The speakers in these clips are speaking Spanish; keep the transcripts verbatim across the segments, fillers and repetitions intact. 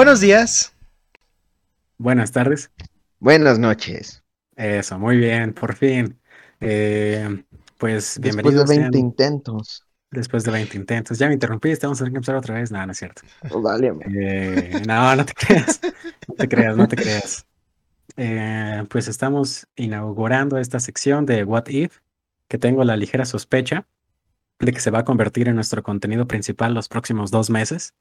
Buenos días. Buenas tardes. Buenas noches. Eso, muy bien, por fin. Eh, pues Después de bienvenidos veinte sean intentos. después de veinte intentos. Ya me interrumpiste, vamos a tener que empezar otra vez. No, no es cierto. Válgame. Eh, no, no te creas, no te creas, no te creas. Eh, pues estamos inaugurando esta sección de What If, que tengo la ligera sospecha de que se va a convertir en nuestro contenido principal los próximos dos meses.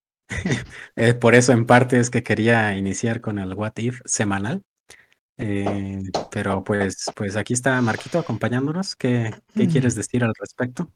Eh, por eso, en parte, es que quería iniciar con el What If semanal. Eh, pero pues, pues aquí está Marquito acompañándonos. ¿Qué, qué quieres decir al respecto?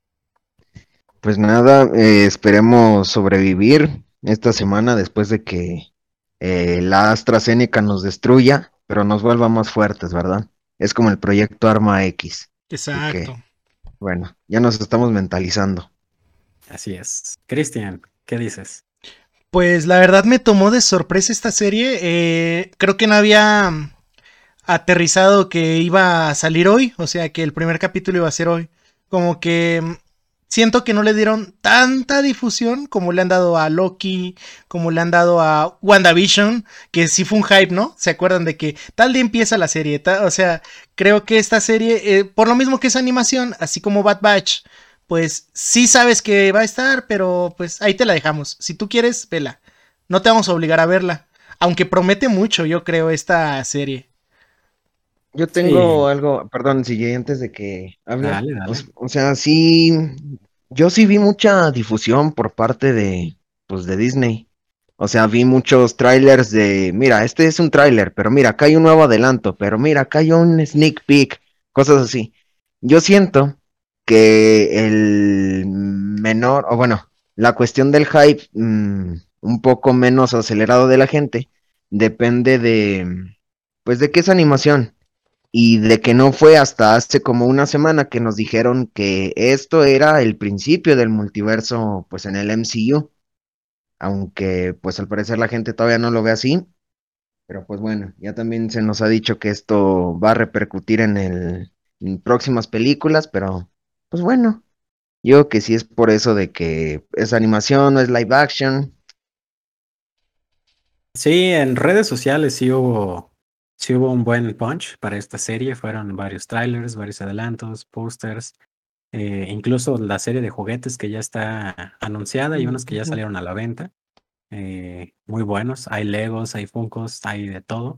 Pues nada, eh, esperemos sobrevivir esta semana después de que eh, la AstraZeneca nos destruya, pero nos vuelva más fuertes, ¿verdad? Es como el proyecto Arma X. Así que, Exacto. bueno, ya nos estamos mentalizando. Así es. Cristian, ¿qué dices? Pues la verdad me tomó de sorpresa esta serie. Eh, creo que no había mm, aterrizado que iba a salir hoy. O sea, que el primer capítulo iba a ser hoy. Como que mm, siento que no le dieron tanta difusión como le han dado a Loki, como le han dado a WandaVision, que sí fue un hype, ¿no? ¿Se acuerdan de que tal día empieza la serie? Ta- o sea, creo que esta serie, eh, por lo mismo que es animación, así como Bad Batch, pues sí sabes que va a estar, pero pues ahí te la dejamos. Si tú quieres, vela. No te vamos a obligar a verla. Aunque promete mucho, yo creo, esta serie. Yo Sí, tengo algo, perdón, si antes de que hable, dale, o, dale. s- o sea, sí, yo sí vi mucha difusión por parte de, pues, de Disney. O sea, vi muchos trailers de, mira, este es un tráiler, pero mira, acá hay un nuevo adelanto, pero mira, acá hay un sneak peek, cosas así. Yo siento que el menor, o bueno, la cuestión del hype mm, un poco menos acelerado de la gente depende de, pues, de qué es animación y de que no fue hasta hace como una semana que nos dijeron que esto era el principio del multiverso, pues en el M C U, aunque pues al parecer la gente todavía no lo ve así, pero pues bueno, ya también se nos ha dicho que esto va a repercutir en el en próximas películas, pero pues bueno, yo que sí es por eso de que es animación, no es live action. Sí, en redes sociales sí hubo, sí hubo un buen punch para esta serie. Fueron varios trailers, varios adelantos, pósters, eh, incluso la serie de juguetes que ya está anunciada y unos que ya Ujú. salieron a la venta. Eh, muy buenos. Hay Legos, hay Funkos, hay de todo.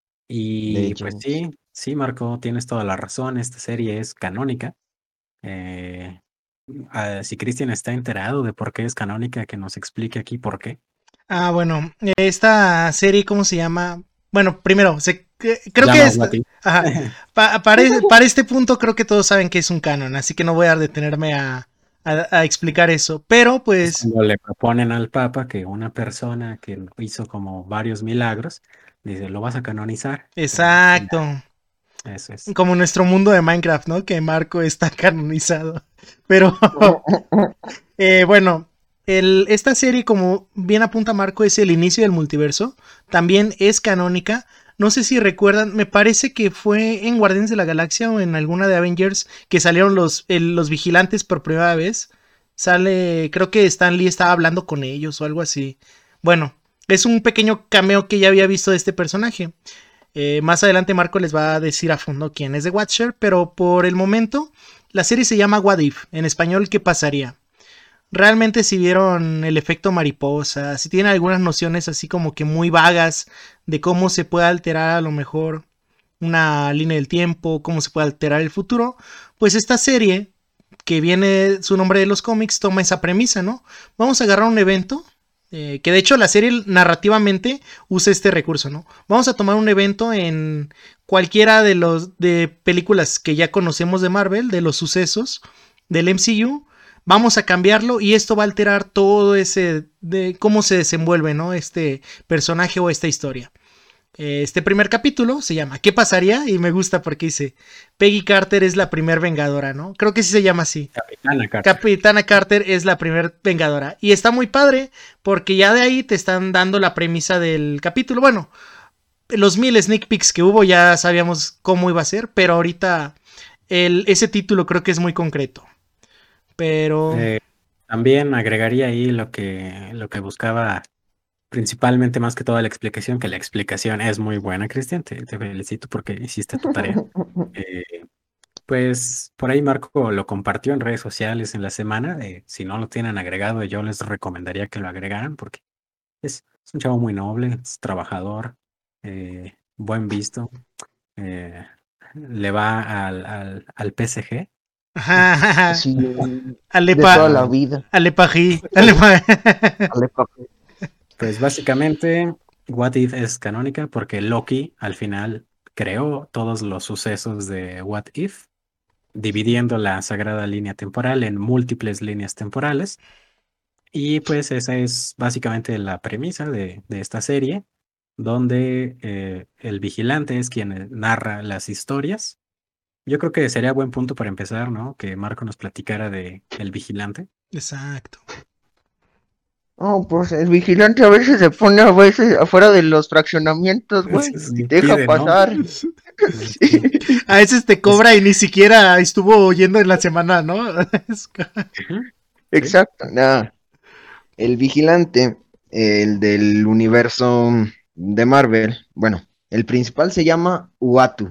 Y pues Legends. sí, sí, Marco, tienes toda la razón. Esta serie es canónica. Eh, ah, si Cristian está enterado de por qué es canónica, que nos explique aquí por qué. Ah, bueno, esta serie, ¿cómo se llama? Bueno, primero, se, que- creo que Llama es... What If. Ajá, pa- para, e- para este punto creo que todos saben que es un canon, así que no voy a detenerme a, a- a explicar eso. Pero Es pues, cuando le proponen al Papa que una persona que hizo como varios milagros, dice, lo vas a canonizar. Eh, y exacto, ya, eso es. como nuestro mundo de Minecraft, ¿no? Que Marco está canonizado. Pero Eh, bueno, el, esta serie, como bien apunta Marco, es el inicio del multiverso. También es canónica. No sé si recuerdan, me parece que fue en Guardianes de la Galaxia o en alguna de Avengers que salieron los, el- los vigilantes por primera vez. Sale, creo que Stan Lee estaba hablando con ellos o algo así. Bueno, es un pequeño cameo que ya había visto de este personaje. Eh, más adelante Marco les va a decir a fondo quién es The Watcher, pero por el momento la serie se llama What If, en español, ¿qué pasaría? Realmente si vieron el efecto mariposa, si tienen algunas nociones así como que muy vagas de cómo se puede alterar a lo mejor una línea del tiempo, cómo se puede alterar el futuro, pues esta serie, que viene su nombre de los cómics, toma esa premisa, ¿no? Vamos a agarrar un evento, eh, que de hecho la serie narrativamente usa este recurso, ¿no? Vamos a tomar un evento en cualquiera de los de películas que ya conocemos de Marvel, de los sucesos del M C U, vamos a cambiarlo y esto va a alterar todo ese de cómo se desenvuelve, ¿no? Este personaje o esta historia. Este primer capítulo se llama ¿Qué pasaría? Y me gusta porque dice Peggy Carter es la primer vengadora, ¿no? Creo que sí se llama así. Capitana Carter. Capitana Carter es la primer vengadora. Y está muy padre porque ya de ahí te están dando la premisa del capítulo. Bueno, los mil sneak peeks que hubo ya sabíamos cómo iba a ser, pero ahorita el, ese título creo que es muy concreto. Pero... Eh, También agregaría ahí lo que, lo que buscaba Principalmente más que toda la explicación, que la explicación es muy buena, Cristian. Te, te felicito porque hiciste tu tarea. Eh, pues por ahí Marco lo compartió en redes sociales en la semana. Eh, si no lo tienen agregado, yo les recomendaría que lo agregaran porque es, es un chavo muy noble, es trabajador, eh, buen visto. eh, Le va al, al, al P S G. Ajá, ajá. Sí, de toda la Alepa, Afortunadamente. vida. Alepají, Alepa. Dale, papi. Pues básicamente, What If es canónica porque Loki al final creó todos los sucesos de What If, dividiendo la sagrada línea temporal en múltiples líneas temporales. Y pues esa es básicamente la premisa de, de esta serie, donde eh, el vigilante es quien eh, narra las historias. Yo creo que sería buen punto para empezar, ¿no? Que Marco nos platicara de El Vigilante. Exacto. Oh, pues el vigilante a veces se pone a veces afuera de los fraccionamientos, güey, Se y te deja impide, ¿no? pasar. Sí, A veces te Es- cobra y ni siquiera estuvo oyendo en la semana, ¿no? Es ca- Ujú, sí. exacto. Nada. El vigilante, el del universo de Marvel, bueno, el principal se llama Uatu.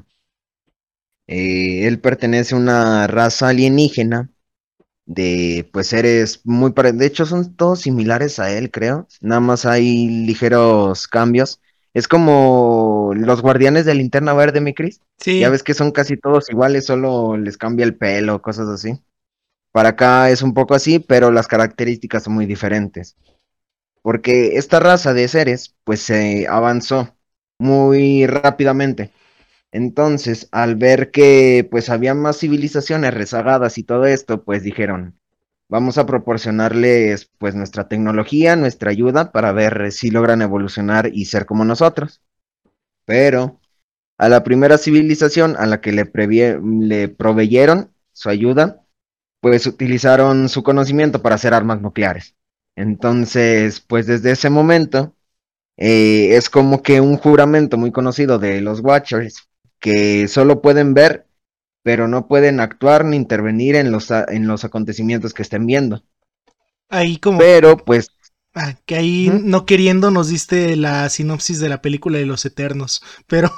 Eh, él pertenece a una raza alienígena de pues seres muy parecidos. De hecho, son todos similares a él, creo. Nada más hay ligeros cambios. Es como los guardianes de Linterna Verde, mi Cris. Ya Sí, ves que son casi todos iguales, solo les cambia el pelo, cosas así. Para acá es un poco así, pero las características son muy diferentes. Porque esta raza de seres, pues se avanzó muy rápidamente. Entonces, al ver que pues había más civilizaciones rezagadas y todo esto, pues dijeron, vamos a proporcionarles pues nuestra tecnología, nuestra ayuda para ver si logran evolucionar y ser como nosotros. Pero a la primera civilización a la que le, previe- le proveyeron su ayuda, pues utilizaron su conocimiento para hacer armas nucleares. Entonces, pues desde ese momento eh, es como que un juramento muy conocido de los Watchers que solo pueden ver, pero no pueden actuar ni intervenir en los, a- en los acontecimientos que estén viendo. ahí como Pero pues, ah, que ahí ujú, no queriendo nos diste la sinopsis de la película de los Eternos, pero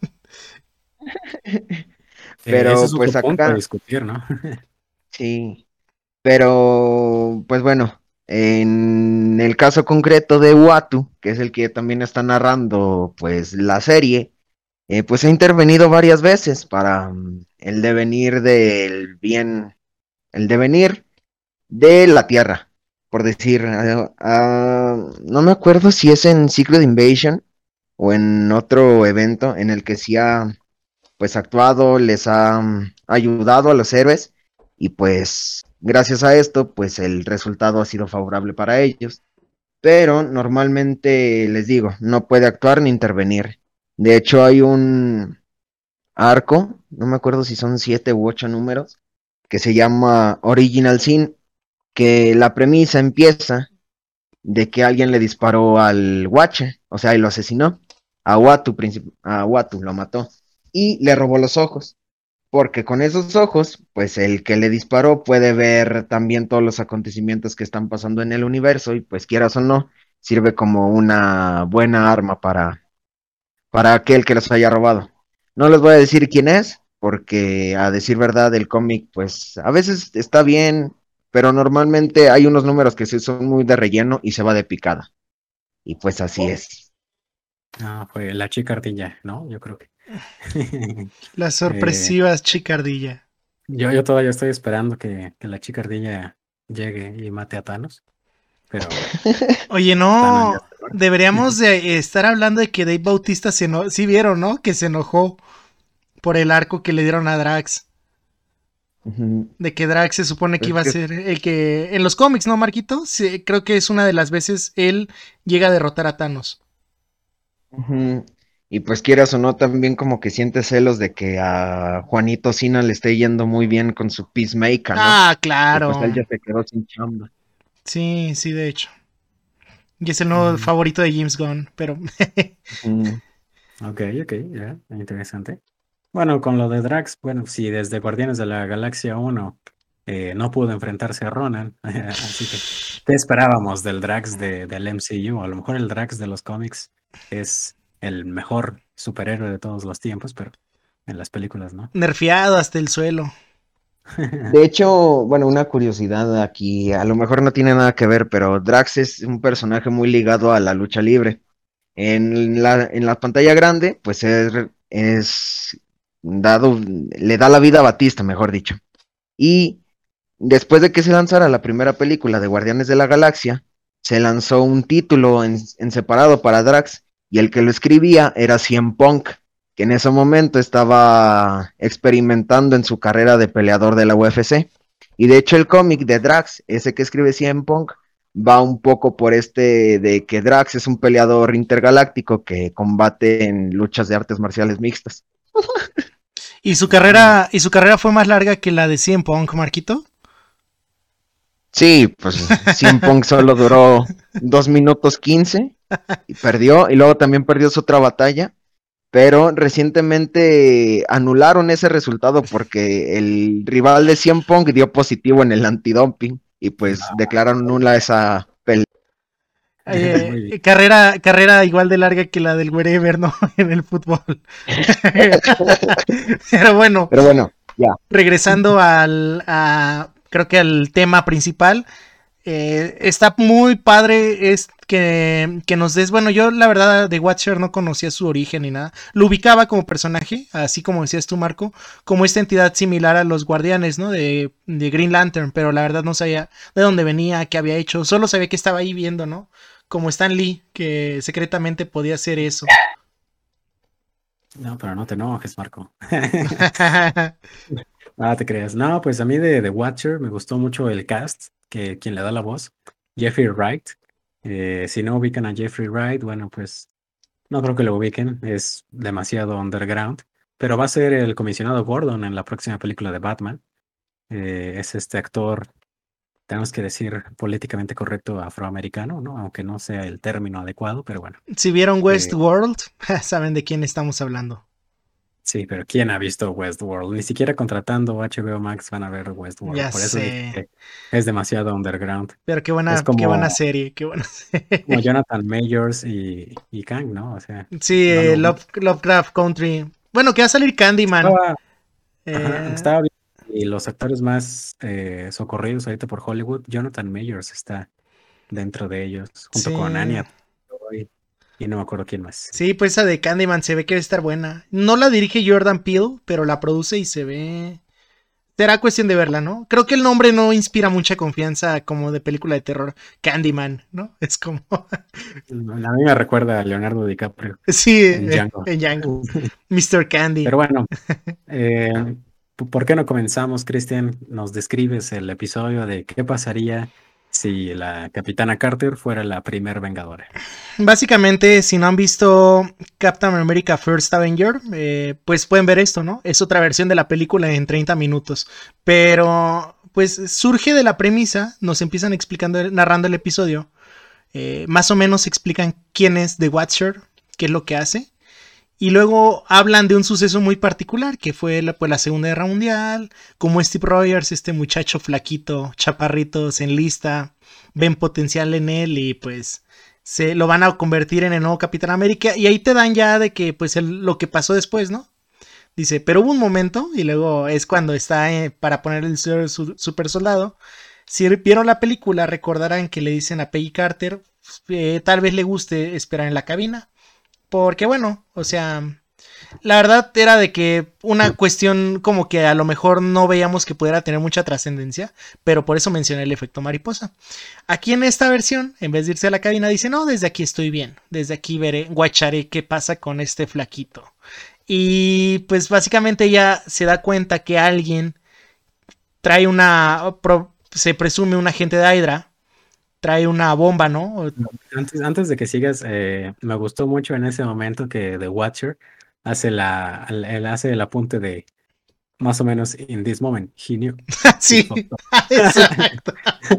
Eh, ese es pero otro pues punto a acá, discutir, ¿no? sí, pero pues bueno, en el caso concreto de Watu, que es el que también está narrando pues la serie, eh, pues ha intervenido varias veces para mm, el devenir del bien, el devenir de la Tierra, por decir, ah, ah, no me acuerdo si es en Secret Invasion o en otro evento en el que sí ha pues actuado, les ha mm, ayudado a los héroes y pues gracias a esto pues el resultado ha sido favorable para ellos, pero normalmente les digo, no puede actuar ni intervenir. De hecho hay un arco, no me acuerdo si son siete u ocho números, que se llama Original Sin, que la premisa empieza de que alguien le disparó al Guache, o sea, y lo asesinó. A Watu, princip- a Watu lo mató y le robó los ojos, porque con esos ojos, pues el que le disparó puede ver también todos los acontecimientos que están pasando en el universo y pues quieras o no, sirve como una buena arma para, para aquel que los haya robado. No les voy a decir quién es, porque a decir verdad el cómic, pues a veces está bien, pero normalmente hay unos números que sí son muy de relleno y se va de picada. Y pues así es. Ah, fue la chica ardilla, ¿no? Yo creo que. las Eh, sorpresivas chicardilla. yo, yo todavía estoy esperando que, que la chica ardilla llegue y mate a Thanos, pero Oye, Thanos ya no, está muerto. deberíamos de estar hablando de que Dave Bautista se enojó, sí vieron, ¿no? Que se enojó por el arco que le dieron a Drax. Ujú. De que Drax se supone que Pues iba a que, ser el que... En los cómics, ¿no, Marquito? Sí, creo que es una de las veces él llega a derrotar a Thanos. ujú. Y pues quieras o no, también como que sientes celos de que a Juanito Sina le esté yendo muy bien con su Peacemaker, ¿no? Ah, Y pues él claro. ya se quedó sin chamba. Sí, sí, de hecho. Y es el nuevo Mm, favorito de James Gunn, pero... Ujú. ok, ok, ya, interesante. Bueno, con lo de Drax, bueno, si desde Guardianes de la Galaxia uno eh, no pudo enfrentarse a Ronan, así que ¿Qué esperábamos del Drax de, del M C U? A lo mejor el Drax de los cómics es el mejor superhéroe de todos los tiempos, pero en las películas no. Nerfeado hasta el suelo. De hecho, bueno, una curiosidad aquí, a lo mejor no tiene nada que ver, pero Drax es un personaje muy ligado a la lucha libre. En la, en la pantalla grande, pues es, es dado, le da la vida a Batista, mejor dicho. Y después de que se lanzara la primera película de Guardianes de la Galaxia, se lanzó un título en, en separado para Drax, y el que lo escribía era C M Punk, que en ese momento estaba experimentando en su carrera de peleador de la U F C. Y de hecho el cómic de Drax, ese que escribe C M Punk, va un poco por este de que Drax es un peleador intergaláctico que combate en luchas de artes marciales mixtas. ¿Y su carrera, y su carrera fue más larga que la de C M Punk, Marquito? Sí, pues C M Punk solo duró dos minutos quince y perdió, y luego también perdió su otra batalla, pero recientemente anularon ese resultado porque el rival de C M Punk dio positivo en el antidumping y pues No, declararon nula esa pelea. muy Eh, bien. carrera, carrera igual de larga que la del wherever, ¿no? En el fútbol. Pero bueno, Pero bueno, ya. regresando al, a, creo que al tema principal, eh, está muy padre es que, que nos des, bueno, yo la verdad de Watcher no conocía su origen ni nada, lo ubicaba como personaje, así como decías tú, Marco, como esta entidad similar a los Guardianes, ¿no? De, de Green Lantern, pero la verdad no sabía de dónde venía, qué había hecho, solo sabía que estaba ahí viendo, ¿no? Como Stan Lee, que secretamente podía hacer eso. No, pero no te enojes, Marco. Ah, te creas. No, pues a mí de The Watcher me gustó mucho el cast, que quien le da la voz, Jeffrey Wright. Eh, si no ubican a Jeffrey Wright, bueno, pues no creo que lo ubiquen, es demasiado underground, pero va a ser el comisionado Gordon en la próxima película de Batman. Eh, es este actor, tenemos que decir políticamente correcto, afroamericano, ¿no? Aunque no sea el término adecuado, pero bueno. Si vieron Eh, Westworld, saben de quién estamos hablando. sí, pero ¿quién ha visto Westworld? Ni siquiera contratando H B O Max van a ver Westworld. Ya Por eso dije sé. que es demasiado underground. Pero qué Es buena, qué buena como, serie, qué buena como serie. Jonathan Majors y, y Kang, ¿no? O sea, Sí, no eh, lo Love, Lovecraft Country. Bueno, que va a salir Candyman. estaba, ajá, Eh, estaba bien. Y los actores más eh, socorridos ahorita por Hollywood, Jonathan Majors está dentro de ellos, junto con sí. Anya Taylor y no me acuerdo quién más. Sí, pues esa de Candyman se ve que va a estar buena. No la dirige Jordan Peele, pero la produce y se ve. Será cuestión de verla, ¿no? Creo que el nombre no inspira mucha confianza como de película de terror. Candyman, ¿no? Es como. A mí me recuerda a Leonardo DiCaprio Sí, en eh, Django. en Django. mister Candy. Pero bueno, eh, ¿por qué no comenzamos, Cristian? Nos describes el episodio de qué pasaría si la Capitana Carter fuera la primer Vengadora. Básicamente, si no han visto Captain America First Avenger, eh, pues pueden ver esto, ¿no? Es otra versión de la película en treinta minutos. Pero, pues surge de la premisa, nos empiezan explicando, narrando el episodio. Eh, más o menos explican quién es The Watcher, qué es lo que hace. Y luego hablan de un suceso muy particular, que fue la, pues, la Segunda Guerra Mundial, como Steve Rogers, este muchacho flaquito, chaparrito, se enlista, ven potencial en él y pues se lo van a convertir en el nuevo Capitán América. Y ahí te dan ya de que pues el, lo que pasó después, ¿no? Dice, pero hubo un momento, y luego es cuando está eh, para poner el su, su, super soldado. Si vieron la película, recordarán que le dicen a Peggy Carter, eh, tal vez le guste esperar en la cabina. Porque bueno, o sea, la verdad era de que una cuestión como que a lo mejor no veíamos que pudiera tener mucha trascendencia, pero por eso mencioné el efecto mariposa. Aquí en esta versión, en vez de irse a la cabina, dice, no, desde aquí estoy bien, desde aquí veré, guacharé qué pasa con este flaquito. Y pues básicamente ella se da cuenta que alguien trae una, se presume un agente de Hydra, trae una bomba, ¿no? Antes, antes de que sigas, eh, me gustó mucho en ese momento que The Watcher hace la, el, el- hace el apunte de más o menos in this moment, he knew. He Sí, fucked up. exacto.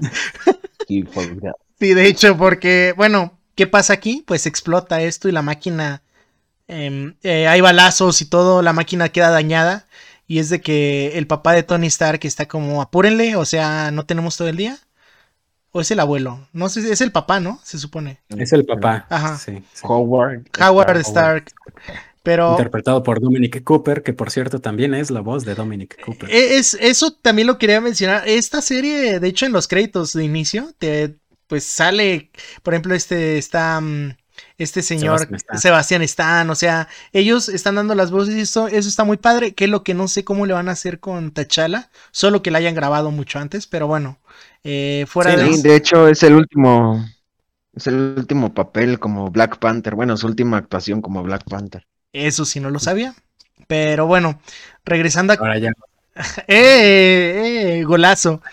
Sí, de hecho, porque, bueno, ¿qué pasa aquí? Pues explota esto y la máquina, eh, eh, hay balazos y todo, la máquina queda dañada. Y es de que el papá de Tony Stark está como, apúrenle, o sea, no tenemos todo el día. ¿O es el abuelo? No sé, es el papá, ¿no? Se supone. Es el papá. Ajá. Sí, sí. Howard. Howard Stark. Pero interpretado por Dominic Cooper, que por cierto también es la voz de Dominic Cooper. Es, eso también lo quería mencionar. Esta serie, de hecho, en los créditos de inicio, te, pues sale, por ejemplo, este está este señor Sebastián Stan. Sebastián Stan, o sea, ellos están dando las voces y eso, eso está muy padre, que es lo que no sé cómo le van a hacer con T'Challa, solo que la hayan grabado mucho antes, pero bueno, eh, fuera sí, de sí, eso. De hecho, es el último, es el último papel como Black Panther, bueno, su última actuación como Black Panther. Eso sí no lo sabía, pero bueno, regresando a... Ahora ya. ¡Eh, eh, golazo!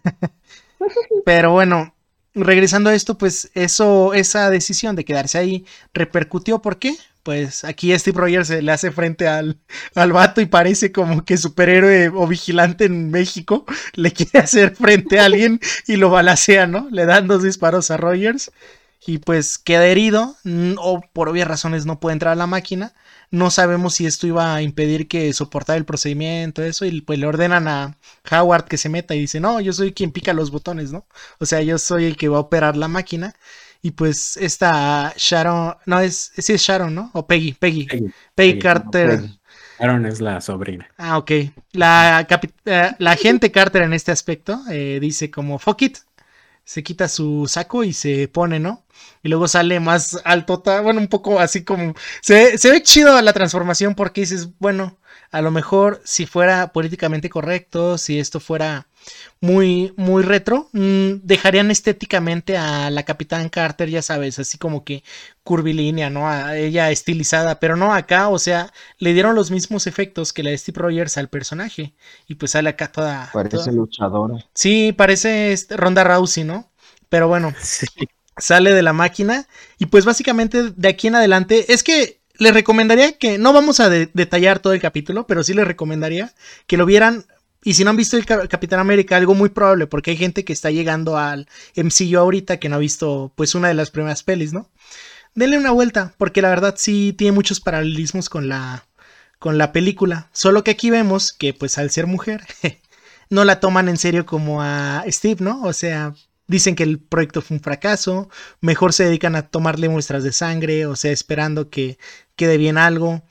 Pero bueno, regresando a esto, pues eso, esa decisión de quedarse ahí repercutió, ¿por qué? Pues aquí Steve Rogers se le hace frente al, al vato y parece como que superhéroe o vigilante en México le quiere hacer frente a alguien y lo balacea, ¿no? Le dan dos disparos a Rogers y pues queda herido, o por obvias razones no puede entrar a la máquina. No sabemos si esto iba a impedir que soportara el procedimiento, eso, y pues le ordenan a Howard que se meta y dice, no, yo soy quien pica los botones, ¿no? O sea, yo soy el que va a operar la máquina. Y pues esta Sharon, no, es, sí es Sharon, ¿no? O Peggy, Peggy, Peggy, Peggy, Peggy Carter. No, Peggy. Sharon es la sobrina. Ah, ok. La, capi- uh, la agente Carter en este aspecto eh, dice como, fuck it. Se quita su saco y se pone, ¿no? Y luego sale más altota, bueno, un poco así como... Se, se ve chido la transformación porque dices, bueno, a lo mejor si fuera políticamente correcto, si esto fuera muy, muy retro, mmm, dejarían estéticamente a la Capitán Carter, ya sabes, así como que curvilínea, ¿no? A ella estilizada, pero no acá, o sea, le dieron los mismos efectos que la de Steve Rogers al personaje. Y pues sale acá toda... Parece toda... luchadora. Sí, parece Ronda Rousey, ¿no? Pero bueno, sí. Sale de la máquina y pues básicamente de aquí en adelante es que les recomendaría que no vamos a de- detallar todo el capítulo, pero sí les recomendaría que lo vieran. Y si no han visto el Cap- Capitán América, algo muy probable, porque hay gente que está llegando al M C U ahorita que no ha visto pues una de las primeras pelis, ¿no? Denle una vuelta, porque la verdad sí tiene muchos paralelismos con la, con la película. Solo que aquí vemos que pues al ser mujer no la toman en serio como a Steve, ¿no? O sea, dicen que el proyecto fue un fracaso, mejor se dedican a tomarle muestras de sangre, o sea, esperando que quede bien algo.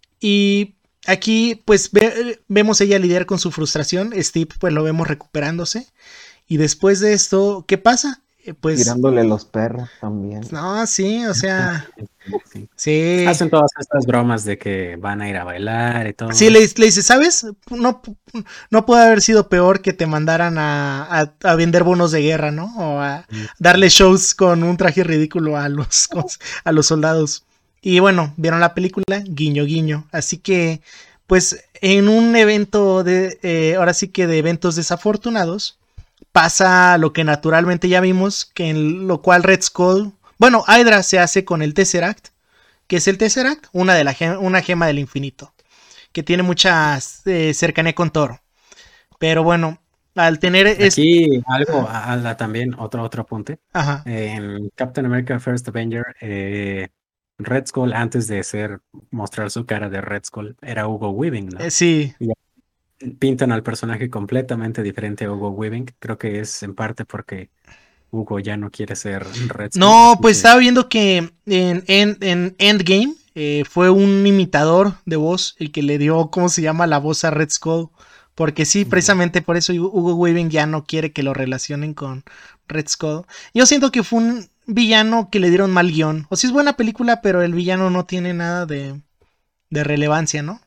Y aquí pues ve, vemos ella lidiar con su frustración, Steve pues lo vemos recuperándose. Y después de esto, ¿qué pasa? Eh, pues... Tirándole los perros también. No, sí, o sea... Sí. Sí. Hacen todas estas bromas de que van a ir a bailar y todo. Sí, le, le dice, ¿sabes? No, no puede haber sido peor que te mandaran a, a, a vender bonos de guerra, ¿no? O a darle shows con un traje ridículo a los, a los soldados. Y bueno, vieron la película, guiño, guiño. Así que, pues, en un evento de, eh, ahora sí que de eventos desafortunados, pasa lo que naturalmente ya vimos, que en lo cual Red Skull, bueno, Hydra se hace con el Tesseract. ¿Qué es el Tesseract? Una, de la gem- una gema del infinito, que tiene mucha eh, cercanía con Thor. Pero bueno, al tener... Aquí es... algo, a, a, también, otro, otro apunte. Ajá. Eh, en Captain America First Avenger, eh, Red Skull, antes de ser mostrar su cara de Red Skull, era Hugo Weaving, ¿no? Eh, sí. Y pintan al personaje completamente diferente a Hugo Weaving. Creo que es en parte porque Hugo ya no quiere ser Red Skull. No, pues que... estaba viendo que en, en, en Endgame eh, fue un imitador de voz el que le dio, ¿cómo se llama? La voz a Red Skull. Porque sí, precisamente por eso Hugo Weaving ya no quiere que lo relacionen con Red Skull. Yo siento que fue un villano que le dieron mal guión. O sea, es buena película, pero el villano no tiene nada de, de relevancia, ¿no?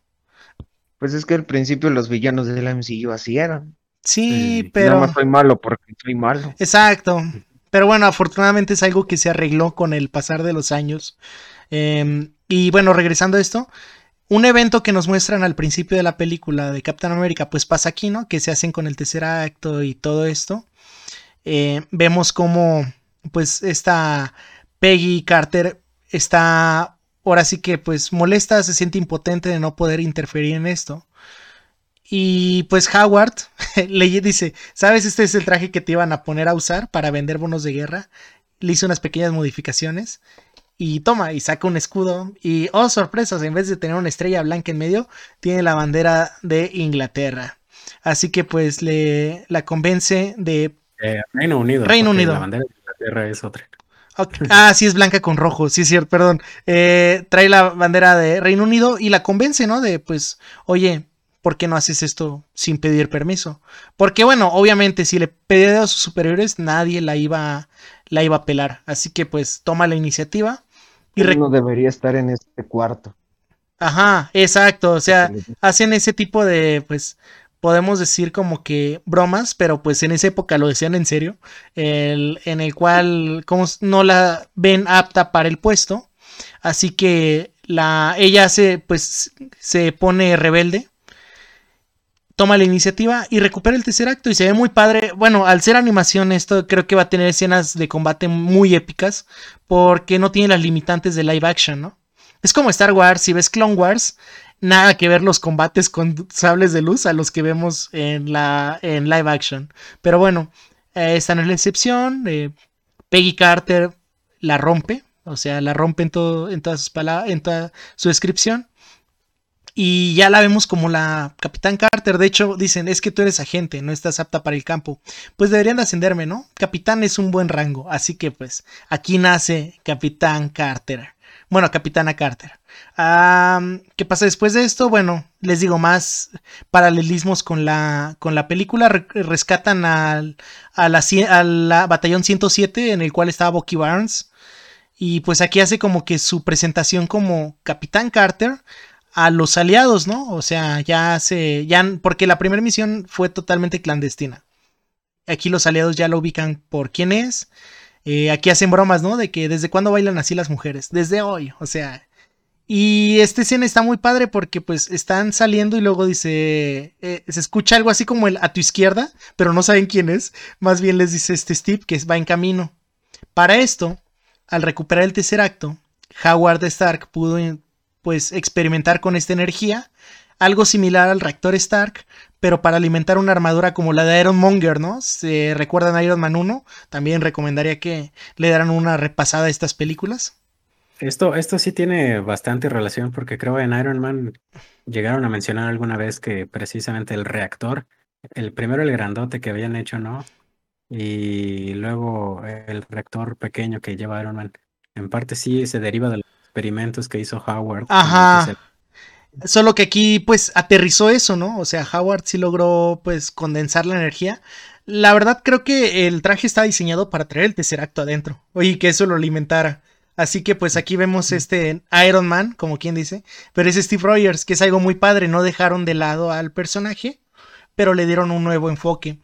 Pues es que al principio los villanos del M C U así eran. Sí, sí, pero... Nada más soy malo porque soy malo. Exacto. Pero bueno, afortunadamente es algo que se arregló con el pasar de los años. Eh, y bueno, regresando a esto, un evento que nos muestran al principio de la película de Captain America, pues pasa aquí, ¿no? Que se hacen con el tercer acto y todo esto. Eh, vemos como, pues, esta Peggy Carter está, ahora sí que, pues, molesta, se siente impotente de no poder interferir en esto. Y pues Howard le dice, ¿sabes? Este es el traje que te iban a poner a usar para vender bonos de guerra. Le hizo unas pequeñas modificaciones. Y toma, y saca un escudo. Y, oh, sorpresas, en vez de tener una estrella blanca en medio, tiene la bandera de Inglaterra. Así que pues le la convence de Eh, Reino Unido, Reino porque Unido. la bandera de Inglaterra es otra. Okay. Ah, sí, es blanca con rojo, sí es cierto, perdón. Eh, trae la bandera de Reino Unido y la convence, ¿no? De pues, oye, ¿por qué no haces esto sin pedir permiso? Porque bueno, obviamente si le pedía a sus superiores, nadie la iba, la iba a pelar. Así que pues toma la iniciativa y... Él Re no debería estar en este cuarto. Ajá, exacto, o sea, hacen ese tipo de, pues, podemos decir como que bromas, pero pues en esa época lo decían en serio, el, en el cual como no la ven apta para el puesto, así que la, ella se, pues, se pone rebelde, toma la iniciativa y recupera el tercer acto y se ve muy padre. Bueno, al ser animación esto creo que va a tener escenas de combate muy épicas porque no tiene las limitantes de live action, ¿no? Es como Star Wars, si ves Clone Wars, nada que ver los combates con sables de luz a los que vemos en la en live action. Pero bueno, eh, esta no es la excepción. Eh, Peggy Carter la rompe, o sea, la rompe en, todo, en todas sus palabras, en toda su descripción. Y ya la vemos como la Capitán Carter. De hecho, dicen, es que tú eres agente, no estás apta para el campo. Pues deberían de ascenderme, ¿no? Capitán es un buen rango. Así que pues, aquí nace Capitán Carter. Bueno, Capitana Carter. Um, ¿Qué pasa después de esto? Bueno, les digo más paralelismos con la, con la película. Re rescatan al, a, la, a la batallón ciento siete en el cual estaba Bucky Barnes. Y pues aquí hace como que su presentación como Capitán Carter a los aliados, ¿no? O sea, ya se, ya, porque la primera misión fue totalmente clandestina. Aquí los aliados ya lo ubican por quién es. Eh, aquí hacen bromas, ¿no? De que desde cuándo bailan así las mujeres. Desde hoy, o sea. Y esta escena está muy padre porque pues están saliendo y luego dice, eh, se escucha algo así como el a tu izquierda, pero no saben quién es. Más bien les dice este Steve que va en camino. Para esto, al recuperar el tercer acto, Howard Stark pudo pues experimentar con esta energía, algo similar al reactor Stark, pero para alimentar una armadura como la de Iron Monger, ¿no? ¿Se recuerdan Iron Man uno? También recomendaría que le dieran una repasada a estas películas. Esto, esto sí tiene bastante relación porque creo en Iron Man llegaron a mencionar alguna vez que precisamente el reactor, el primero el grandote que habían hecho, ¿no? Y luego el reactor pequeño que lleva Iron Man, en parte sí se deriva de los experimentos que hizo Howard con el Ajá. tercer. Solo que aquí pues aterrizó eso, ¿no? O sea, Howard sí logró pues condensar la energía. La verdad creo que el traje está diseñado para traer el tercer acto adentro. Oye, que eso lo alimentara. Así que pues aquí vemos este Iron Man, como quien dice. Pero es Steve Rogers, que es algo muy padre. No dejaron de lado al personaje, pero le dieron un nuevo enfoque.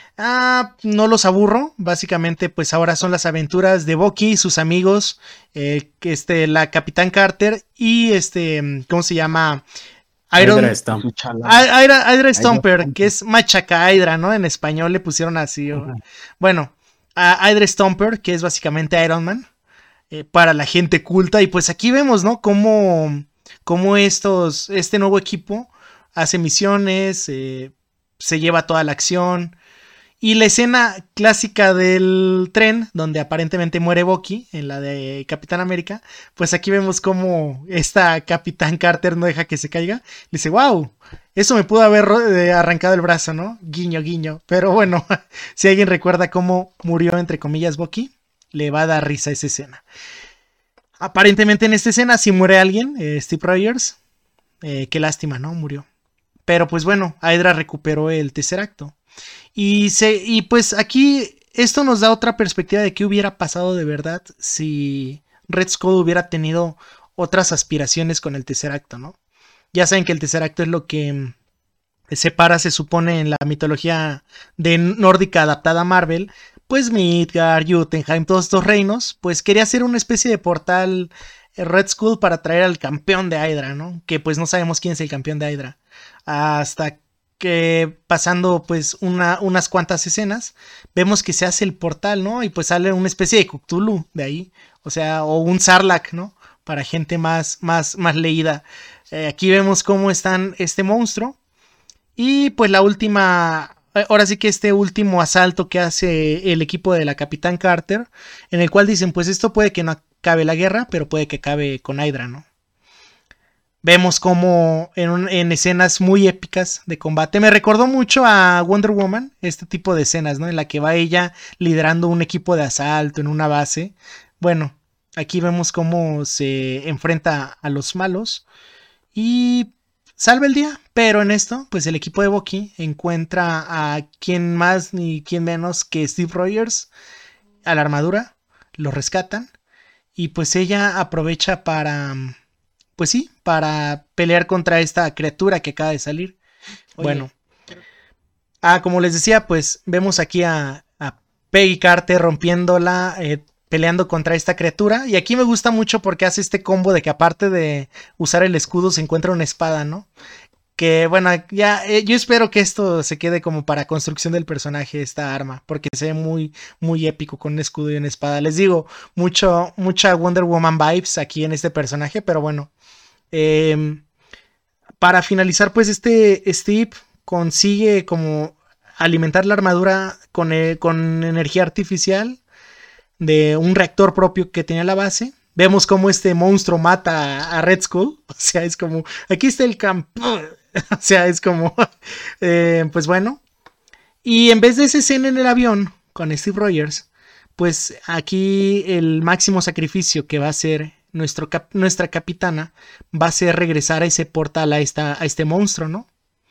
Ah, no los aburro. Básicamente, pues ahora son las aventuras de Bucky y sus amigos. Eh, este, la Capitán Carter y este, ¿cómo se llama? Iron Hydra Stomp. Hydra, Hydra Stomper, que es Machaca Hydra, ¿no? En español le pusieron así. O... Bueno, a Hydra Stomper, que es básicamente Iron Man, eh, para la gente culta. Y pues aquí vemos, ¿no? Cómo, cómo estos, este nuevo equipo hace misiones, eh, se lleva toda la acción. Y la escena clásica del tren, donde aparentemente muere Bucky, en la de Capitán América, pues aquí vemos como esta Capitán Carter no deja que se caiga. Le dice, wow, eso me pudo haber arrancado el brazo, ¿no? Guiño, guiño. Pero bueno, si alguien recuerda cómo murió, entre comillas, Bucky, le va a dar risa esa escena. Aparentemente en esta escena sí muere alguien, eh, Steve Rogers. Eh, qué lástima, ¿no? Murió. Pero pues bueno, Hydra recuperó el tercer acto. Y, se, y pues aquí esto nos da otra perspectiva de qué hubiera pasado de verdad si Red Skull hubiera tenido otras aspiraciones con el tercer acto, ¿no? Ya saben que el tercer acto es lo que separa, se supone, en la mitología de nórdica adaptada a Marvel, pues Midgard, Jotunheim, todos estos reinos, pues quería hacer una especie de portal Red Skull para traer al campeón de Hydra, ¿no? Que pues no sabemos quién es el campeón de Hydra. Hasta que pasando pues una, unas cuantas escenas, vemos que se hace el portal, ¿no? Y pues sale una especie de Cthulhu de ahí, o sea, o un Sarlacc, ¿no? Para gente más, más, más leída. Eh, aquí vemos cómo están este monstruo. Y pues la última, ahora sí que este último asalto que hace el equipo de la Capitán Carter, en el cual dicen, pues esto puede que no acabe la guerra, pero puede que acabe con Hydra, ¿no? vemos como en, un, en escenas muy épicas de combate, me recordó mucho a Wonder Woman, este tipo de escenas, ¿no? En la que va ella liderando un equipo de asalto en una base. Bueno, aquí vemos cómo se enfrenta a los malos y salva el día, pero en esto, pues el equipo de Bucky encuentra a quien más ni quien menos que Steve Rogers, a la armadura, lo rescatan y pues ella aprovecha para, pues sí, para pelear contra esta criatura que acaba de salir. Oye, bueno, ah, como les decía, pues vemos aquí a, a Peggy Carter rompiéndola, eh, peleando contra esta criatura. Y aquí me gusta mucho porque hace este combo de que aparte de usar el escudo se encuentra una espada, ¿no? Que bueno, ya eh, yo espero que esto se quede como para construcción del personaje, esta arma, porque se ve muy, muy épico con un escudo y una espada. Les digo, mucho, mucha Wonder Woman vibes aquí en este personaje, pero bueno. Eh, para finalizar, pues este Steve consigue como alimentar la armadura con, eh, con energía artificial de un reactor propio que tenía la base. Vemos cómo este monstruo mata a Red Skull. O sea, es como, aquí está el campo. O sea, es como, eh, pues bueno. Y en vez de esa escena en el avión con Steve Rogers, pues aquí el máximo sacrificio que va a ser nuestro cap nuestra capitana va a ser regresar a ese portal a, esta, a este monstruo, ¿no?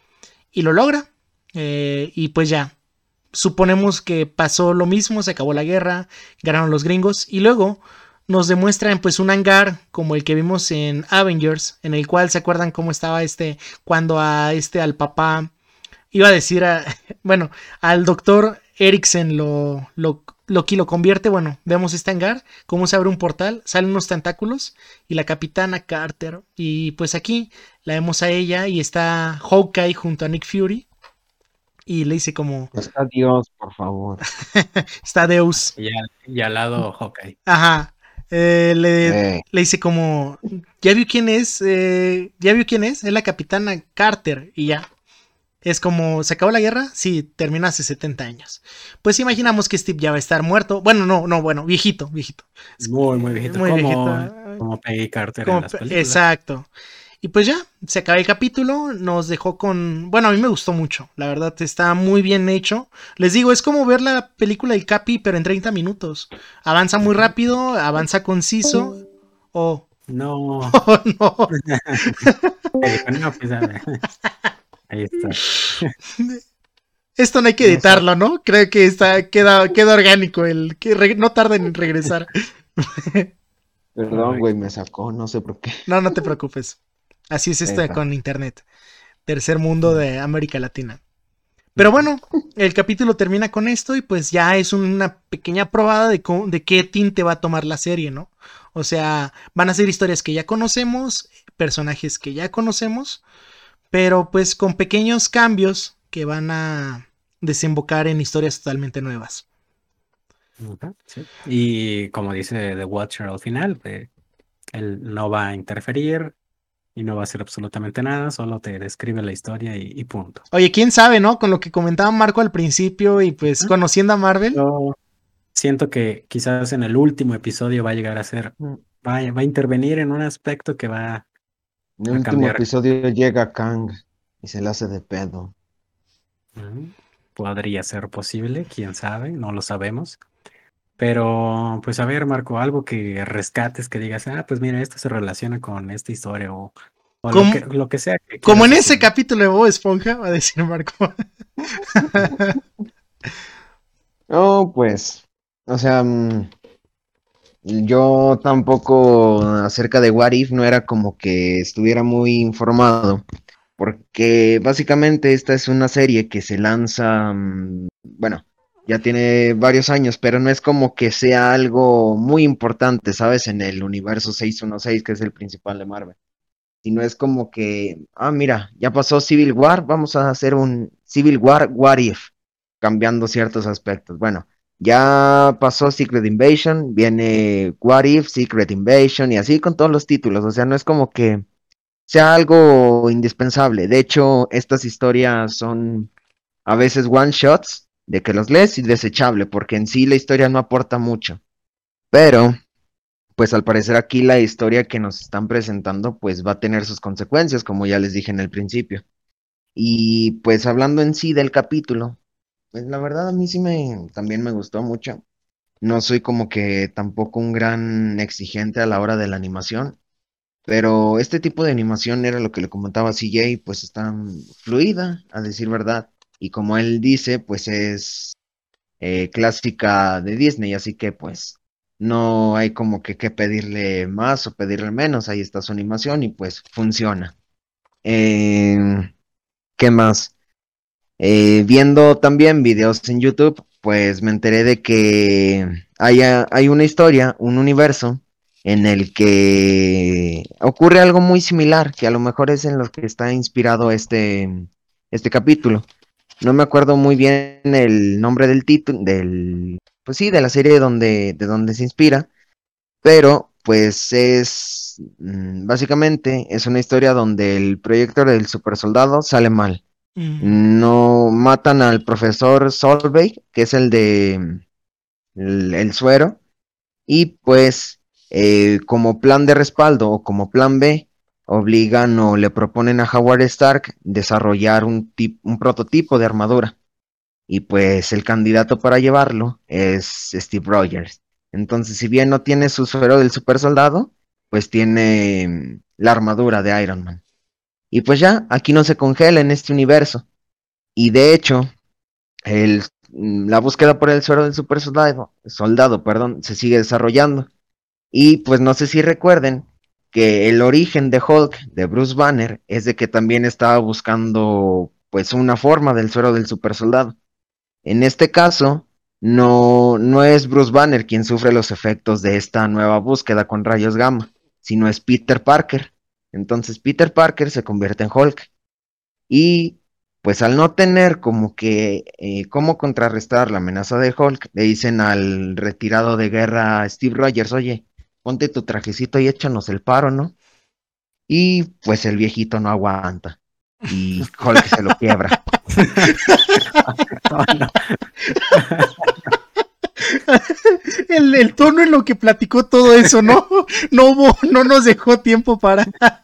Y lo logra. Eh, y pues ya, suponemos que pasó lo mismo, se acabó la guerra, ganaron los gringos y luego nos demuestran pues un hangar como el que vimos en Avengers, en el cual se acuerdan cómo estaba este, cuando a este, al papá, iba a decir, a, bueno, al doctor Erickson lo, lo, Loki lo convierte, bueno, vemos este hangar, cómo se abre un portal, salen unos tentáculos y la capitana Carter, y pues aquí la vemos a ella y está Hawkeye junto a Nick Fury. Y le dice como... Está Dios, por favor. Está Deus. Y al, y al lado Hawkeye. Ajá. Eh, le, Eh. le dice como... ¿Ya vio quién es? Eh, ¿Ya vio quién es? Es la capitana Carter. Y ya. Es como... ¿Se acabó la guerra? Sí, termina hace setenta años. Pues imaginamos que Steve ya va a estar muerto. Bueno, no, no, bueno, viejito, viejito. Muy, muy viejito. Muy como, viejito. Como Peggy Carter Como, en las películas. Exacto. Y pues ya, se acaba el capítulo, nos dejó con... Bueno, a mí me gustó mucho, la verdad, está muy bien hecho. Les digo, es como ver la película del Capi, pero en treinta minutos. Avanza muy rápido, avanza conciso. Oh. No. Oh, no. no pues, ahí está. Esto no hay que editarlo, ¿no? Creo que está, queda, queda orgánico, el que re, no tarda en regresar. Perdón, güey, me sacó, no sé por qué. No, no te preocupes. Así es esto con internet. Tercer mundo de América Latina. Pero bueno, el capítulo termina con esto y pues ya es una pequeña probada de, de qué tinte va a tomar la serie, ¿no? O sea, van a ser historias que ya conocemos, personajes que ya conocemos, pero pues con pequeños cambios que van a desembocar en historias totalmente nuevas. Okay, sí. Y como dice The Watcher al final, eh, él no va a interferir y no va a hacer absolutamente nada, solo te describe la historia y, y punto. Oye, quién sabe, ¿no? Con lo que comentaba Marco al principio y pues ¿Ah? conociendo a Marvel. Yo siento que quizás en el último episodio va a llegar a ser, va, va a intervenir en un aspecto que va a En el último cambiar. episodio llega Kang y se le hace de pedo. Uh-huh. Podría ser posible, quién sabe, no lo sabemos. Pero, pues a ver, Marco, algo que rescates, que digas, ah, pues mira, esto se relaciona con esta historia o, o lo, que, lo que sea. Que como en decir. Ese capítulo de Bob Esponja, va a decir Marco. No, pues, o sea, yo tampoco acerca de What If no era como que estuviera muy informado, porque básicamente esta es una serie que se lanza, bueno, ya tiene varios años, pero no es como que sea algo muy importante, ¿sabes? En el universo seiscientos dieciséis, que es el principal de Marvel. Sino es como que, ah, mira, ya pasó Civil War, vamos a hacer un Civil War What If, cambiando ciertos aspectos. Bueno, ya pasó Secret Invasion, viene What If, Secret Invasion, y así con todos los títulos. O sea, no es como que sea algo indispensable. De hecho, estas historias son a veces one shots, de que los lees y desechable, porque en sí la historia no aporta mucho. Pero, pues al parecer aquí la historia que nos están presentando pues va a tener sus consecuencias, como ya les dije en el principio. Y pues hablando en sí del capítulo, pues la verdad a mí sí me también me gustó mucho. No soy como que tampoco un gran exigente a la hora de la animación, pero este tipo de animación era lo que le comentaba a C J, pues está fluida, a decir verdad. Y como él dice, pues es eh, clásica de Disney, así que pues no hay como que, que pedirle más o pedirle menos, ahí está su animación y pues funciona. Eh, ¿Qué más? Eh, viendo también videos en YouTube, pues me enteré de que hay, hay una historia, un universo en el que ocurre algo muy similar, que a lo mejor es en lo que está inspirado este, este capítulo. No me acuerdo muy bien el nombre del título, del, pues sí, de la serie donde, de donde se inspira, pero pues es, mm, básicamente es una historia donde el proyecto del super soldado sale mal. Mm. No matan al profesor Solveig, que es el de el, el suero, y pues eh, como plan de respaldo o como plan B, obligan o le proponen a Howard Stark desarrollar un, tip, un prototipo de armadura. Y pues el candidato para llevarlo es Steve Rogers. Entonces, si bien no tiene su suero del super soldado, pues tiene mm, la armadura de Iron Man. Y pues ya, aquí no se congela en este universo. Y de hecho, el, mm, la búsqueda por el suero del super soldado, soldado, perdón, se sigue desarrollando. Y pues no sé si recuerden que el origen de Hulk, de Bruce Banner, es de que también estaba buscando pues una forma del suero del super soldado. En este caso, no, no es Bruce Banner quien sufre los efectos de esta nueva búsqueda con rayos gamma, sino es Peter Parker. Entonces Peter Parker se convierte en Hulk. Y pues al no tener como que eh, cómo contrarrestar la amenaza de Hulk, le dicen al retirado de guerra Steve Rogers, oye, ponte tu trajecito y échanos el paro, ¿no? Y pues el viejito no aguanta. Y Hulk se lo quiebra. Oh, no. El, el tono en lo que platicó todo eso, ¿no? No hubo, no nos dejó tiempo para.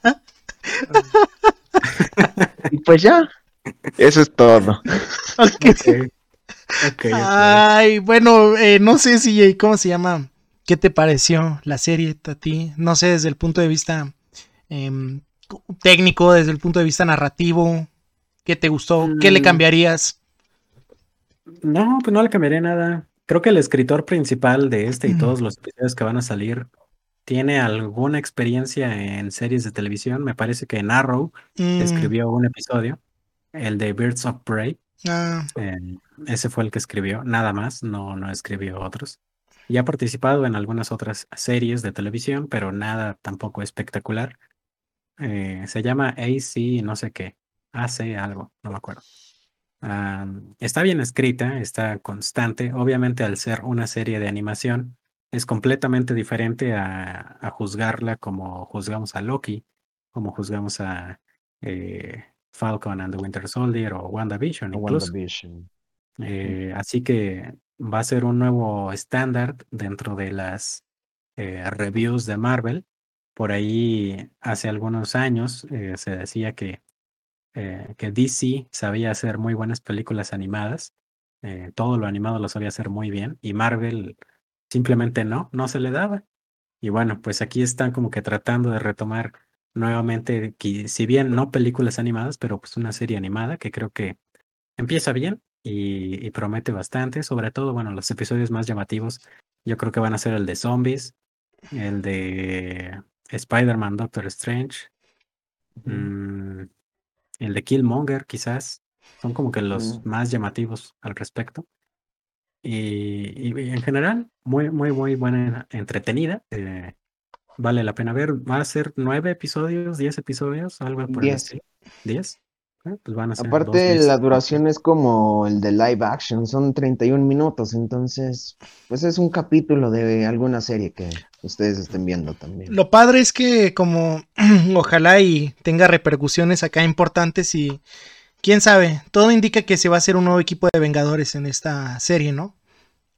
Y pues ya, eso es todo. Ok. Ok, ok, ok. Ay, bueno, eh, no sé si, ¿cómo se llama? ¿Qué te pareció la serie a ti? No sé, desde el punto de vista em, técnico, desde el punto de vista narrativo, ¿qué te gustó? ¿Qué le Mm, cambiarías? no, pues no le cambiaría nada. Creo que el escritor principal de este y todos los episodios que van a salir tiene alguna experiencia en series de televisión. Me parece que en Arrow Mm, escribió un episodio, el de Birds of Prey. ah, eh, Ese fue el que escribió, nada más, no, no escribió otros. Y ha participado en algunas otras series de televisión, pero nada tampoco espectacular. Eh, se llama A C no sé qué, A C algo, no me acuerdo. Ah, está bien escrita, está constante. Obviamente, al ser una serie de animación, es completamente diferente a, a juzgarla como juzgamos a Loki, como juzgamos a eh, Falcon and the Winter Soldier o WandaVision incluso. WandaVision. Eh, así que va a ser un nuevo estándar dentro de las eh, reviews de Marvel. Por ahí, hace algunos años, eh, se decía que eh, que D C sabía hacer muy buenas películas animadas, eh, todo lo animado lo sabía hacer muy bien, y Marvel simplemente no, no se le daba. Y bueno, pues aquí están como que tratando de retomar nuevamente, que, si bien no películas animadas, pero pues una serie animada que creo que empieza bien y, y promete bastante, sobre todo, bueno, los episodios más llamativos, yo creo que van a ser el de zombies, el de Spider-Man, Doctor Strange. mm, el de Killmonger, quizás, son como que los Mm. más llamativos al respecto. Y, y- y en general, muy, muy, muy buena, entretenida. Eh, vale la pena ver. Va a ser nueve episodios, diez episodios, algo por el diez. estilo. ¿Diez? Eh, pues van a ser dos Aparte, la meses. duración es como el de live action, son treinta y un minutos, entonces, pues es un capítulo de alguna serie que ustedes estén viendo también. lo padre es que como ojalá y tenga repercusiones acá importantes y quién sabe, todo indica que se va a hacer un nuevo equipo de Vengadores en esta serie, ¿no?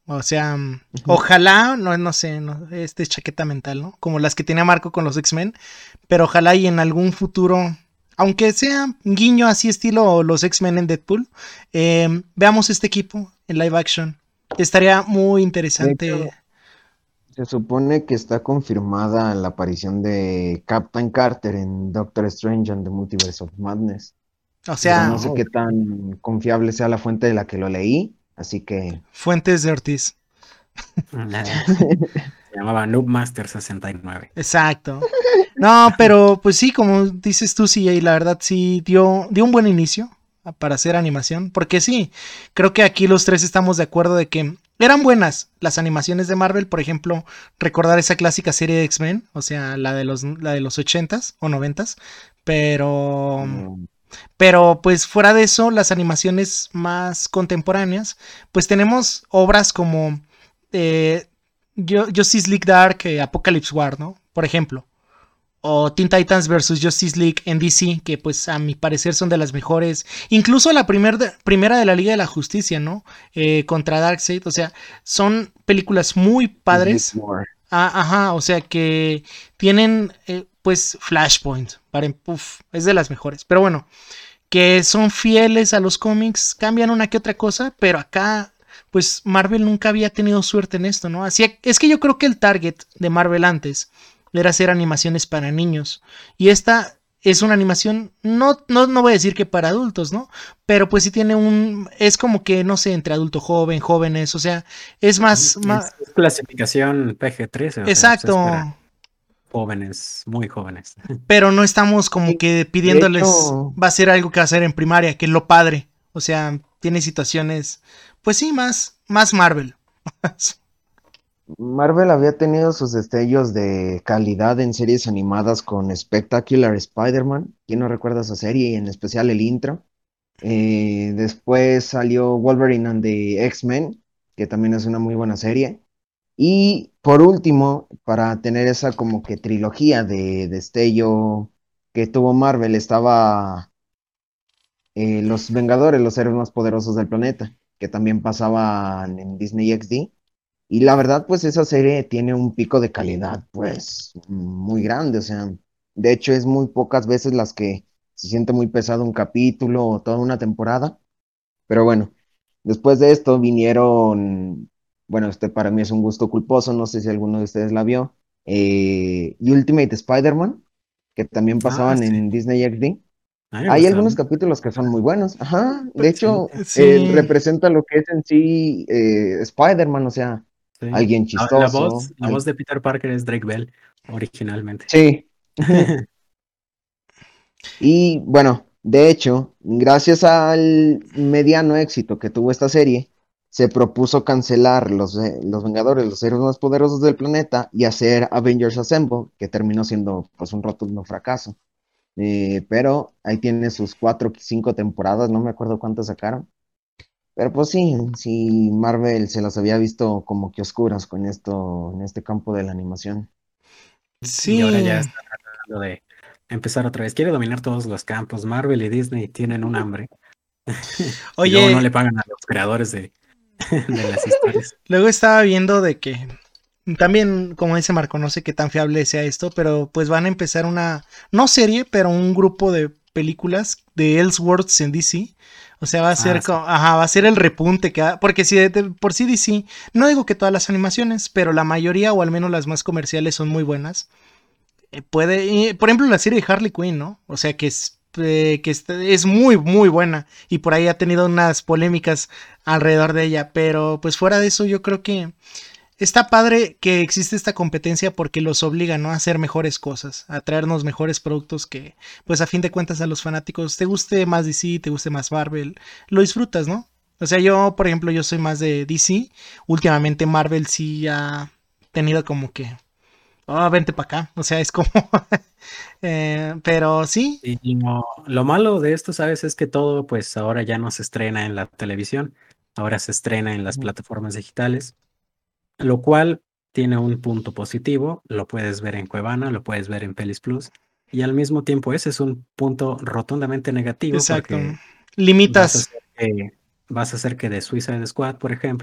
O sea, mm, ojalá, no, no sé, no, este es chaqueta mental, ¿no? Como las que tenía Marco con los X-Men, pero ojalá y en algún futuro, aunque sea un guiño así estilo los X-Men en Deadpool, eh, veamos este equipo en live action. Estaría muy De interesante. hecho, se supone que está confirmada la aparición de Captain Carter en Doctor Strange and the Multiverse of Madness, O pero sea, no sé Oh, qué tan confiable sea la fuente de la que lo leí, así que Fuentes de Ortiz. nada, se llamaba Noobmaster sesenta y nueve. Exacto. No, pero pues sí, como dices tú, sí, y la verdad sí dio, dio un buen inicio para hacer animación. Porque sí, creo que aquí los tres estamos de acuerdo de que eran buenas las animaciones de Marvel. Por ejemplo, recordar esa clásica serie de X-Men, o sea, la de los, la de los ochentas o noventas. Pero, mm, pero pues fuera de eso, las animaciones más contemporáneas, pues tenemos obras como eh, Justice League Dark, eh, Apocalypse War, ¿no? Por ejemplo. O Teen Titans versus Justice League en D C, que pues a mi parecer son de las mejores. Incluso la primer de, primera de la Liga de la Justicia, ¿no? Eh, contra Darkseid. O sea, son películas muy Justice League padres. War. Ah, ajá, o sea que tienen eh, pues Flashpoint. Para, uf, es de las mejores. Pero bueno, que son fieles a los cómics, cambian una que otra cosa, pero acá pues Marvel nunca había tenido suerte en esto, ¿no? Así es que yo creo que el target de Marvel antes era hacer animaciones para niños y esta es una animación no no no voy a decir que para adultos, ¿no? Pero pues sí tiene un es como que no sé, entre adulto joven, jóvenes, o sea, es más, más Es, es clasificación P G trece, o sea, pues exacto, es para jóvenes, muy jóvenes. pero no estamos como Sí, que de pidiéndoles, hecho, va a ser algo que va a hacer en primaria, que es lo padre. O sea, tiene situaciones, pues sí, más, más Marvel. Marvel había tenido sus destellos de calidad en series animadas con Spectacular Spider-Man. ¿Quién no recuerda esa serie? Y en especial el intro. Eh, después salió Wolverine and the X-Men, que también es una muy buena serie. Y por último, para tener esa como que trilogía de destello que tuvo Marvel, estaba eh, Los Vengadores, los héroes más poderosos del planeta, que también pasaban en Disney X D. Y la verdad, pues esa serie tiene un pico de calidad, pues muy grande. O sea, de hecho es muy pocas veces las que se siente muy pesado un capítulo o toda una temporada. Pero bueno, después de esto vinieron, bueno, este para mí es un gusto culposo, no sé si alguno de ustedes la vio, eh, Ultimate Spider-Man, que también Ah, pasaban sí. en Disney X D. A mí me Hay gustaba. algunos capítulos que son muy buenos, ajá, de Sí, hecho, eh, Sí, representa lo que es en sí eh, Spider-Man, o sea, sí. alguien La, la chistoso, voz, la al- voz de Peter Parker es Drake Bell, originalmente. sí. Y bueno, de hecho, gracias al mediano éxito que tuvo esta serie, se propuso cancelar los, eh, los Vengadores, los héroes más poderosos del planeta, y hacer Avengers Assemble, que terminó siendo pues un rotundo fracaso. Eh, pero ahí tiene sus cuatro, cinco temporadas, no me acuerdo cuántas sacaron. Pero pues sí, sí, Marvel se las había visto como que oscuras con esto, en este campo de la animación. Y ahora sí. ya está tratando de empezar otra vez. Quiere dominar todos los campos. Marvel y Disney tienen un hambre. Y luego no Oye, le pagan a los creadores de, de las historias. luego estaba viendo de que también, como dice Marco, no sé qué tan fiable sea esto, pero pues van a empezar una, no serie, pero un grupo de películas de Elseworlds en D C. O sea, va a Ah, ser sí. como, ajá, va a ser el repunte que ha- porque si de, de- por sí D C, no digo que todas las animaciones, pero la mayoría o al menos las más comerciales son muy buenas. Eh, puede, eh, por ejemplo, la serie de Harley Quinn, ¿no? O sea, que es eh, que este- es muy, muy buena y por ahí ha tenido unas polémicas alrededor de ella, pero pues fuera de eso yo creo que está padre que existe esta competencia porque los obliga, ¿no? A hacer mejores cosas, a traernos mejores productos que, pues a fin de cuentas a los fanáticos, te guste más D C, te guste más Marvel, lo disfrutas, ¿no? O sea, yo, por ejemplo, yo soy más de D C. Últimamente Marvel sí ha tenido como que, oh, vente para acá. O sea, es como, eh, pero sí, Y no- lo malo de esto, ¿sabes? Es que todo, pues ahora ya no se estrena en la televisión, ahora se estrena en las Ujú. plataformas digitales, lo cual tiene un punto positivo, lo puedes ver en Cuevana, lo puedes ver en Pelis Plus, y al mismo tiempo ese es un punto rotundamente negativo exacto. porque vas a Limitas. hacer que, vas a hacer que The Suicide Squad, por ejemplo,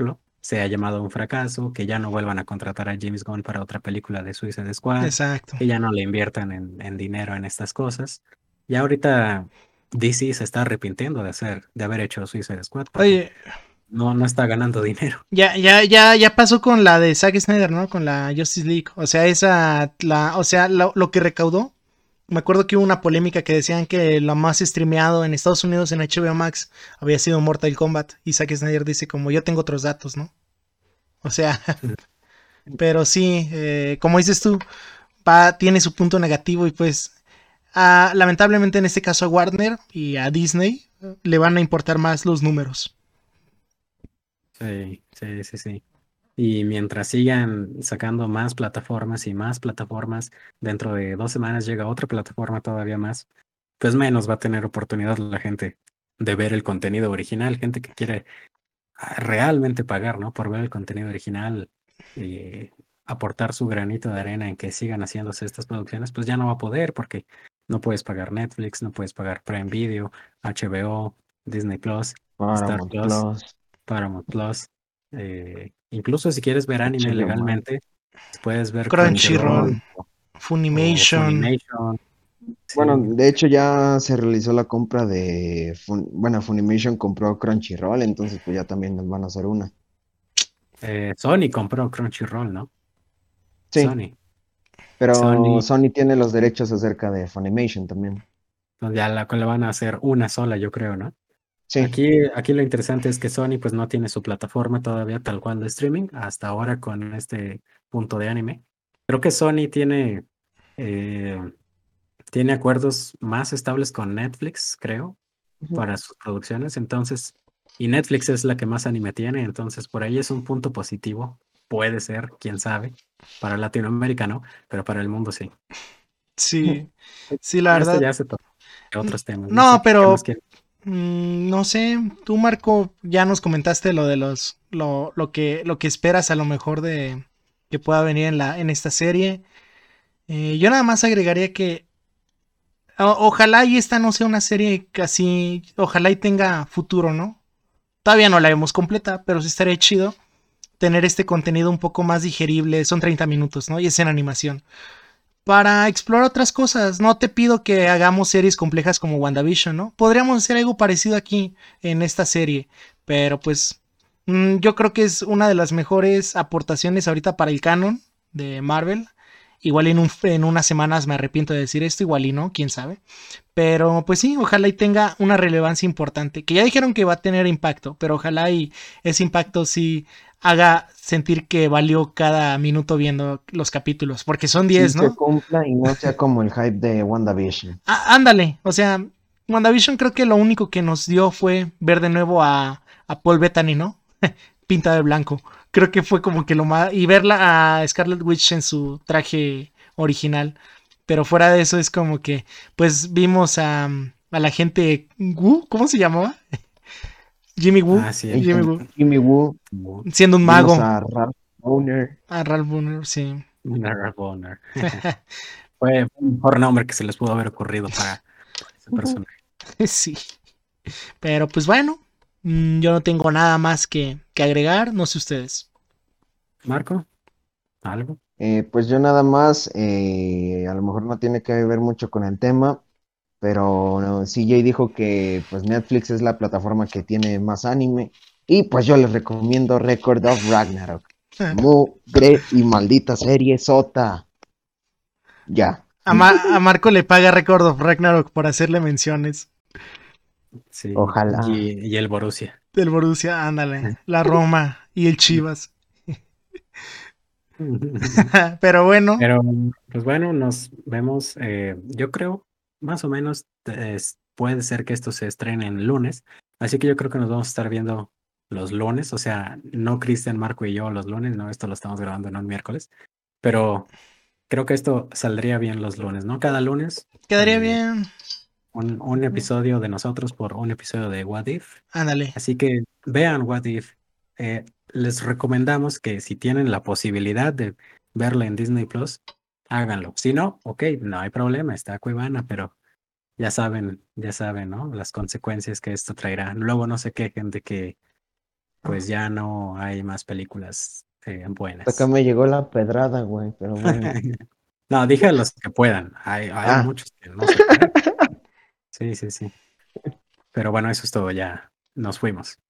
sea llamado un fracaso, que ya no vuelvan a contratar a James Gunn para otra película de Suicide Squad, Exacto. que ya no le inviertan en, en dinero en estas cosas. Y ahorita D C se está arrepintiendo de hacer, de haber hecho Suicide Squad porque Oye, no, no está ganando dinero. ya, ya, ya, ya pasó con la de Zack Snyder, ¿no? Con la Justice League. O sea, esa, la, o sea, lo, lo que recaudó. Me acuerdo que hubo una polémica que decían que lo más streameado en Estados Unidos en H B O Max había sido Mortal Kombat. Y Zack Snyder dice como yo tengo otros datos, ¿no? O sea, pero sí, eh, como dices tú, va, tiene su punto negativo y pues a, lamentablemente en este caso a Warner y a Disney le van a importar más los números. Sí, sí, sí, sí. Y mientras sigan sacando más plataformas y más plataformas, dentro de dos semanas llega otra plataforma todavía más, pues menos va a tener oportunidad la gente de ver el contenido original, gente que quiere ah, realmente pagar, ¿no? Por ver el contenido original y aportar su granito de arena en que sigan haciéndose estas producciones, pues ya no va a poder porque no puedes pagar Netflix, no puedes pagar Prime Video, H B O, Disney Plus, Star Paramount Plus, Plus, Paramount Plus. eh, incluso si quieres ver anime H B O Max, legalmente, puedes ver Crunchyroll, Crunchyroll Crunchyroll. o Funimation. Funimation. Bueno, Sí, de hecho ya se realizó la compra de, Fun- bueno, Funimation compró Crunchyroll, entonces pues ya también nos van a hacer una. eh, Sony compró Crunchyroll, ¿no? Sí, Sony. pero Sony, Sony tiene los derechos acerca de Funimation también. pues ya la, le van a hacer una sola, yo creo, ¿no? Sí, Aquí, aquí lo interesante es que Sony pues no tiene su plataforma todavía tal cual de streaming, hasta ahora con este punto de anime. Creo que Sony tiene, eh, tiene acuerdos más estables con Netflix, creo, ujú, para sus producciones. Entonces, y Netflix es la que más anime tiene, entonces por ahí es un punto positivo. Puede ser, quién sabe. Para Latinoamérica no, pero para el mundo sí. Sí, Y sí, la con esto verdad. ya se toca otros temas. No No, sé qué más pero quieren. mm, no sé, tú Marco, ya nos comentaste lo de los, lo, lo que, lo que esperas a lo mejor de que pueda venir en la, en esta serie. Eh, yo nada más agregaría que o- ojalá y esta no sea una serie casi, ojalá y tenga futuro, ¿no? Todavía no la vemos completa, pero sí estaría chido tener este contenido un poco más digerible. Son treinta minutos, ¿no? Y es en animación. Para explorar otras cosas. No te pido que hagamos series complejas como WandaVision, ¿no? Podríamos hacer algo parecido aquí en esta serie, pero pues mm, yo creo que es una de las mejores aportaciones ahorita para el canon de Marvel. Igual en, un, en unas semanas me arrepiento de decir esto, igual y no, quién sabe. Pero pues sí, ojalá y tenga una relevancia importante. Que ya dijeron que va a tener impacto, pero ojalá y ese impacto sí haga sentir que valió cada minuto viendo los capítulos. Porque son sí diez, se ¿no? cumpla y no sea como el hype de WandaVision. Ah, ándale, o sea, WandaVision creo que lo único que nos dio fue ver de nuevo a, a Paul Bettany, ¿no? Pinta de blanco. Creo que fue como que lo más... Y verla a Scarlet Witch en su traje original. Pero fuera de eso es como que, pues vimos a, a la gente Wu, ¿cómo se llamaba? Jimmy Woo, Ah, sí, el Jimmy Ella, Woo, Jimmy Woo, como siendo un vimos mago. a Ralph Boner. A Ralph Boner, sí. Sarah Bonner. Fue un mejor nombre que se les pudo haber ocurrido para, para ese personaje. Sí. Pero pues bueno, mm, yo no tengo nada más que, que agregar, no sé ustedes. Marco, ¿algo? Eh, pues yo nada más, eh, a lo mejor no tiene que ver mucho con el tema, pero no, C J dijo que pues Netflix es la plataforma que tiene más anime y pues yo les recomiendo Record of Ragnarok. Mugre y maldita serie sota. Ya, A, Ma- a Marco le paga Record of Ragnarok por hacerle menciones Sí, ojalá. y, y el Borussia. del Borussia, ándale, la Roma y el Chivas. Pero bueno, Pero, pues bueno, nos vemos, eh, yo creo, más o menos, eh, es- puede ser que esto se estrene en lunes, así que yo creo que nos vamos a estar viendo los lunes, o sea, no Cristian, Marco y yo los lunes, no, esto lo estamos grabando en un miércoles, pero creo que esto saldría bien los lunes, ¿no? Cada lunes, quedaría eh, bien. un, un episodio de nosotros por un episodio de What If. Ándale. Así que vean What If. Eh, les recomendamos que si tienen la posibilidad de verla en Disney Plus, háganlo. Si no, ok, no hay problema, está Cuevana, pero ya saben, ya saben, ¿no? Las consecuencias que esto traerá. Luego no se quejen de que pues ya no hay más películas eh, buenas. Acá me llegó la pedrada, güey, pero bueno. No, dije los que puedan. Hay, hay Ah. muchos que no se pueden. Sí, sí, sí. Pero bueno, eso es todo, ya nos fuimos.